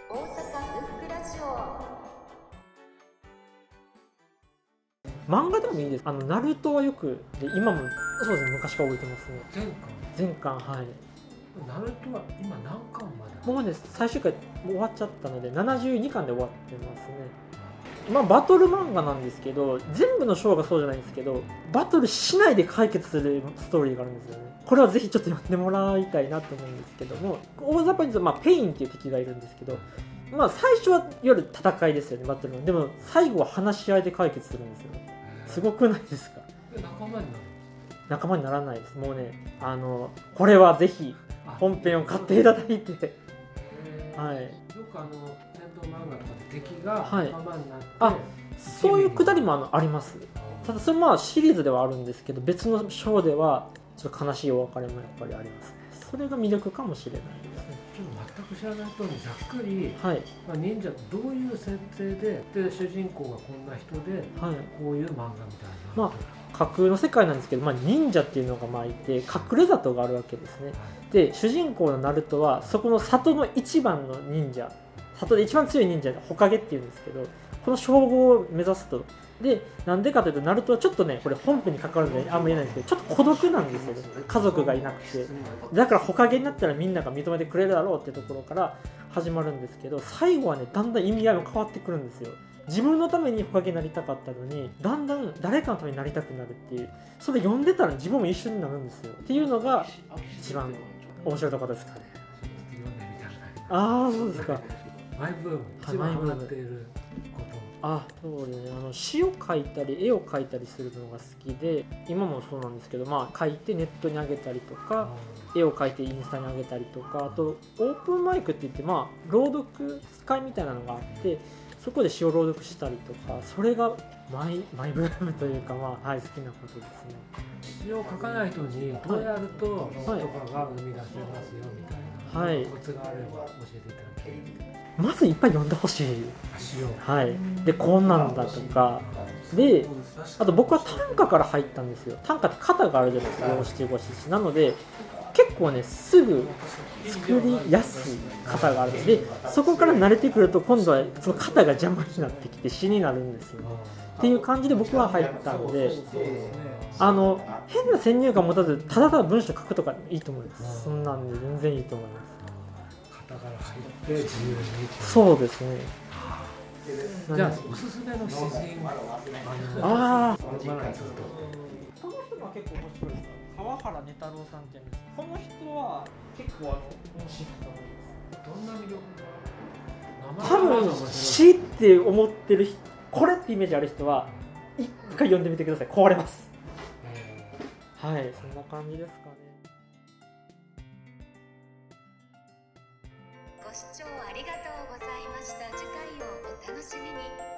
大阪ブックラジオ。 漫画でもいいです。ナルトはよくで今もそうですね、昔から覚えてますね。全巻、はい。 ナルトは今何巻まで？ 僕はね、最終回終わっちゃったので72巻で終わってますね。まあバトル漫画なんですけど、全部の章がそうじゃないんですけど、バトルしないで解決するストーリーがあるんですよね。これはぜひちょっと読んでもらいたいなと思うんですけども、大雑把に言うと、ペインっていう敵がいるんですけど、最初は夜戦いですよね、バトルの。でも最後は話し合いで解決するんですよね。すごくないですか？ 仲間になる？ 仲間にならないです。もうね、これはぜひ本編を買っていただいて、はい。 よく戦闘漫画とかで敵が仲間になって、 はい、そういうくだりもあります。ただそれもシリーズではあるんですけど、別の章ではちょっと悲しいお別れもやっぱりありますね。それが魅力かもしれないですね。 ちょっと全く知らない人にざっくり、 はい、 忍者どういう設定で主人公がこんな人で、 はい、 こういう漫画みたいな、 架空の世界なんですけど、忍者っていうのがいて、隠れ里があるわけですね。で、主人公のナルトはそこの里の一番の忍者、里で一番強い忍者でホカゲっていうんですけど、この称号を目指すと。で、なんでかというと、ナルトはちょっとね、これ本編に関わるのであんま言えないんですけど、ちょっと孤独なんですよね。家族がいなくて。だからホカゲになったらみんなが認めてくれるだろうってところから始まるんですけど、最後はね、だんだん意味合いも変わってくるんですよ。自分のためにホカゲになりたかったのに、だんだん誰かのためになりたくなるっていう、それ読んでたら自分も一緒になるんですよっていうのが一番面白いところですかね。ああ、そうですか。 マイブーム、一番ハマっていること。 そうですね。詩を書いたり絵を描いたりするのが好きで、今もそうなんですけど、書いてネットに上げたりとか、絵を描いてインスタに上げたりとか、あとオープンマイクって言って朗読会みたいなのがあって、そこで詩を朗読したりとか、それがマイブームというか、好きなことですね。 詩を書かない人にどうやるとノートが生み出せますよみたいな、コツがあれば教えていただきたい。 まずいっぱい読んでほしい。 詩を。 はい。で、こんなんだとか。で、あと僕は短歌から入ったんですよ。短歌って型があるじゃないですか、五七五七。なので、結構ね、すぐ作りやすい型があるので、そこから慣れてくると今度はその型が邪魔になってきて詩になるんですよ。っていう感じで僕は入ったので、変な先入観持たず、ただただ文章書くとかいいと思います。そんなんで全然いいと思います。 型から入って自由に。 そうですね。 じゃあおすすめの詩人、この人は結構面白いです。川原根太郎さんって言うんです。この人は結構面白いと思います。 どんな魅力が？ 多分詩って思ってる人、これってイメージある人は一回読んでみてください。壊れます。はい、そんな感じですかね。 ご視聴ありがとうございました。次回をお楽しみに。